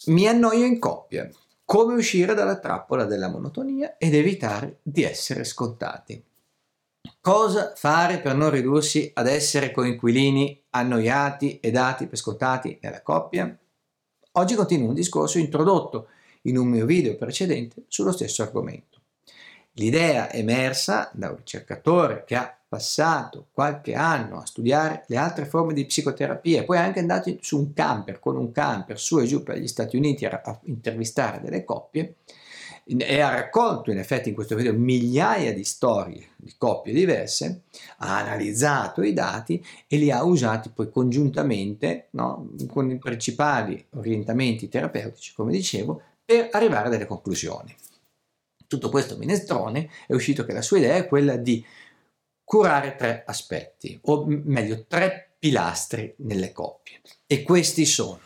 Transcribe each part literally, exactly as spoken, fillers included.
Mi annoio in coppia. Come uscire dalla trappola della monotonia ed evitare di essere scontati. Cosa fare per non ridursi ad essere coinquilini annoiati e dati per scontati nella coppia? Oggi continuo un discorso introdotto in un mio video precedente sullo stesso argomento. L'idea emersa da un ricercatore che ha passato qualche anno a studiare le altre forme di psicoterapia e poi è anche andato su un camper, con un camper su e giù per gli Stati Uniti a, a intervistare delle coppie e ha raccolto in effetti in questo video migliaia di storie di coppie diverse, ha analizzato i dati e li ha usati poi congiuntamente, no, con i principali orientamenti terapeutici, come dicevo, per arrivare a delle conclusioni. Tutto questo minestrone è uscito che la sua idea è quella di curare tre aspetti, o meglio tre pilastri nelle coppie. E questi sono: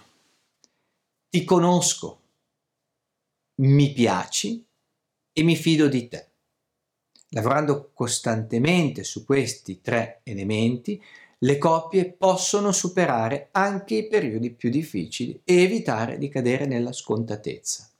ti conosco, mi piaci e mi fido di te. Lavorando costantemente su questi tre elementi, le coppie possono superare anche i periodi più difficili e evitare di cadere nella scontatezza.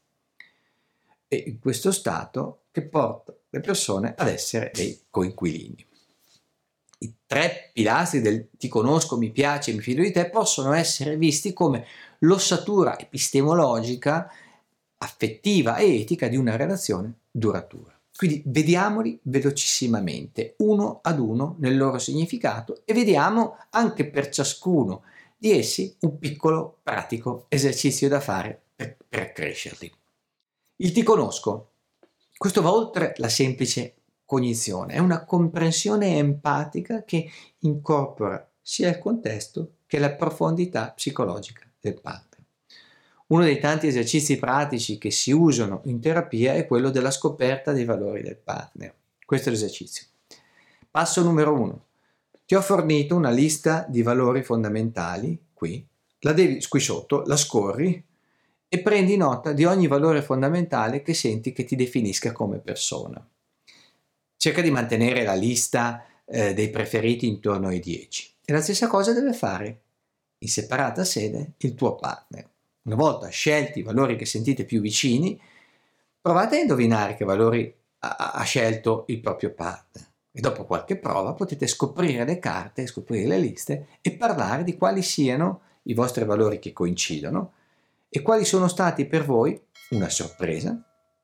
E in questo stato che porta le persone ad essere dei coinquilini. I tre pilastri del ti conosco, mi piace, mi fido di te possono essere visti come l'ossatura epistemologica, affettiva e etica di una relazione duratura. Quindi vediamoli velocissimamente, uno ad uno nel loro significato, e vediamo anche per ciascuno di essi un piccolo pratico esercizio da fare per, per crescerli. Il ti conosco, questo va oltre la semplice cognizione, è una comprensione empatica che incorpora sia il contesto che la profondità psicologica del partner. Uno dei tanti esercizi pratici che si usano in terapia è quello della scoperta dei valori del partner. Questo è l'esercizio. Passo numero uno. Ti ho fornito una lista di valori fondamentali, qui, la devi, qui sotto, la scorri e prendi nota di ogni valore fondamentale che senti che ti definisca come persona. Cerca di mantenere la lista eh, dei preferiti intorno ai dieci. E la stessa cosa deve fare in separata sede il tuo partner. Una volta scelti i valori che sentite più vicini, provate a indovinare che valori ha, ha scelto il proprio partner. E dopo qualche prova potete scoprire le carte, scoprire le liste e parlare di quali siano i vostri valori che coincidono e quali sono stati per voi una sorpresa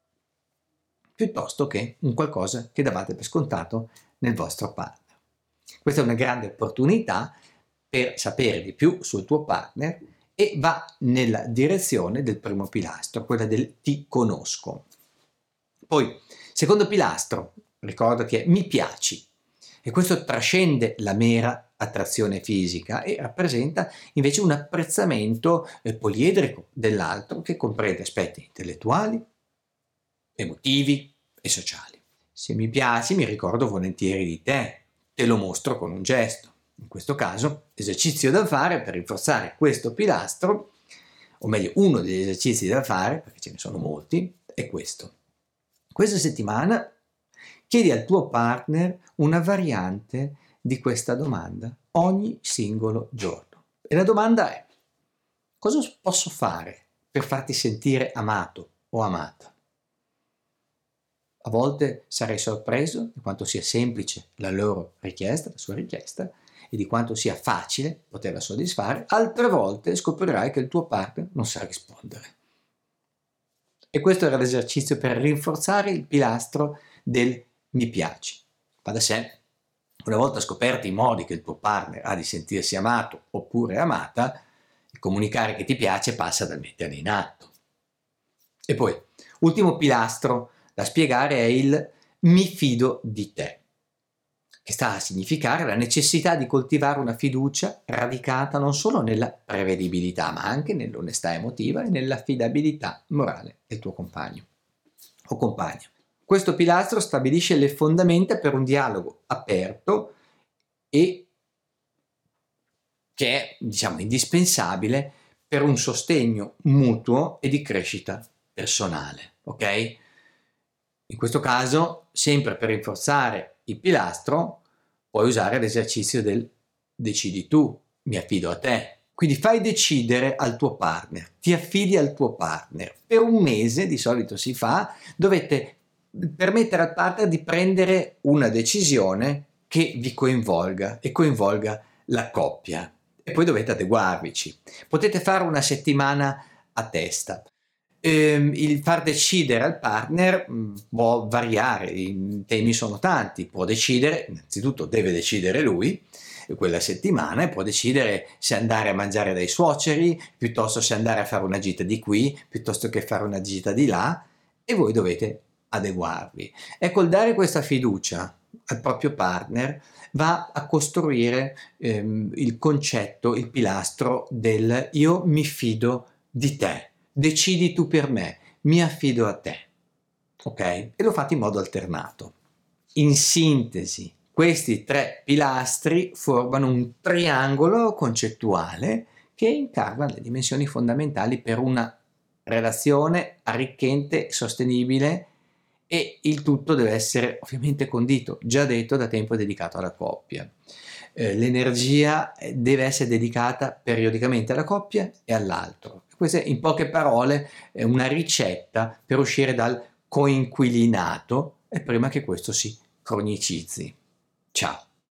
piuttosto che un qualcosa che davate per scontato nel vostro partner. Questa è una grande opportunità per sapere di più sul tuo partner e va nella direzione del primo pilastro, quella del ti conosco. Poi, secondo pilastro, ricordati, è mi piaci, e questo trascende la mera attrazione fisica e rappresenta invece un apprezzamento eh, poliedrico dell'altro che comprende aspetti intellettuali, emotivi e sociali. Se mi piaci mi ricordo volentieri di te, te lo mostro con un gesto. In questo caso, l'esercizio da fare per rinforzare questo pilastro, o meglio uno degli esercizi da fare, perché ce ne sono molti, è questo. Questa settimana chiedi al tuo partner una variante di questa domanda ogni singolo giorno. E la domanda è: cosa posso fare per farti sentire amato o amata? A volte sarai sorpreso di quanto sia semplice la loro richiesta, la sua richiesta, e di quanto sia facile poterla soddisfare. Altre volte scoprirai che il tuo partner non sa rispondere. E questo era l'esercizio per rinforzare il pilastro del mi piaci. Va da sé, una volta scoperti i modi che il tuo partner ha di sentirsi amato oppure amata, il comunicare che ti piace passa dal metterli in atto. E poi, ultimo pilastro da spiegare è il mi fido di te, che sta a significare la necessità di coltivare una fiducia radicata non solo nella prevedibilità, ma anche nell'onestà emotiva e nell'affidabilità morale del tuo compagno o compagna. Questo pilastro stabilisce le fondamenta per un dialogo aperto e che è, diciamo, indispensabile per un sostegno mutuo e di crescita personale, ok? In questo caso, sempre per rinforzare il pilastro, puoi usare l'esercizio del decidi tu, mi affido a te. Quindi fai decidere al tuo partner, ti affidi al tuo partner. Per un mese, di solito si fa, dovete permettere al partner di prendere una decisione che vi coinvolga e coinvolga la coppia. E poi dovete adeguarvici. Potete fare una settimana a testa. Ehm, il far decidere al partner mh, può variare, i temi sono tanti, può decidere, innanzitutto deve decidere lui, quella settimana, e può decidere se andare a mangiare dai suoceri, piuttosto se andare a fare una gita di qui, piuttosto che fare una gita di là, e voi dovete adeguarvi. Ecco, il dare questa fiducia al proprio partner va a costruire ehm, il concetto, il pilastro del io mi fido di te, decidi tu per me, mi affido a te, ok? E lo fate in modo alternato. In sintesi, questi tre pilastri formano un triangolo concettuale che incarna le dimensioni fondamentali per una relazione arricchente, sostenibile, e il tutto deve essere ovviamente condito, già detto, da tempo dedicato alla coppia. Eh, l'energia deve essere dedicata periodicamente alla coppia e all'altro. Questa in poche parole è una ricetta per uscire dal coinquilinato e prima che questo si cronicizzi. Ciao.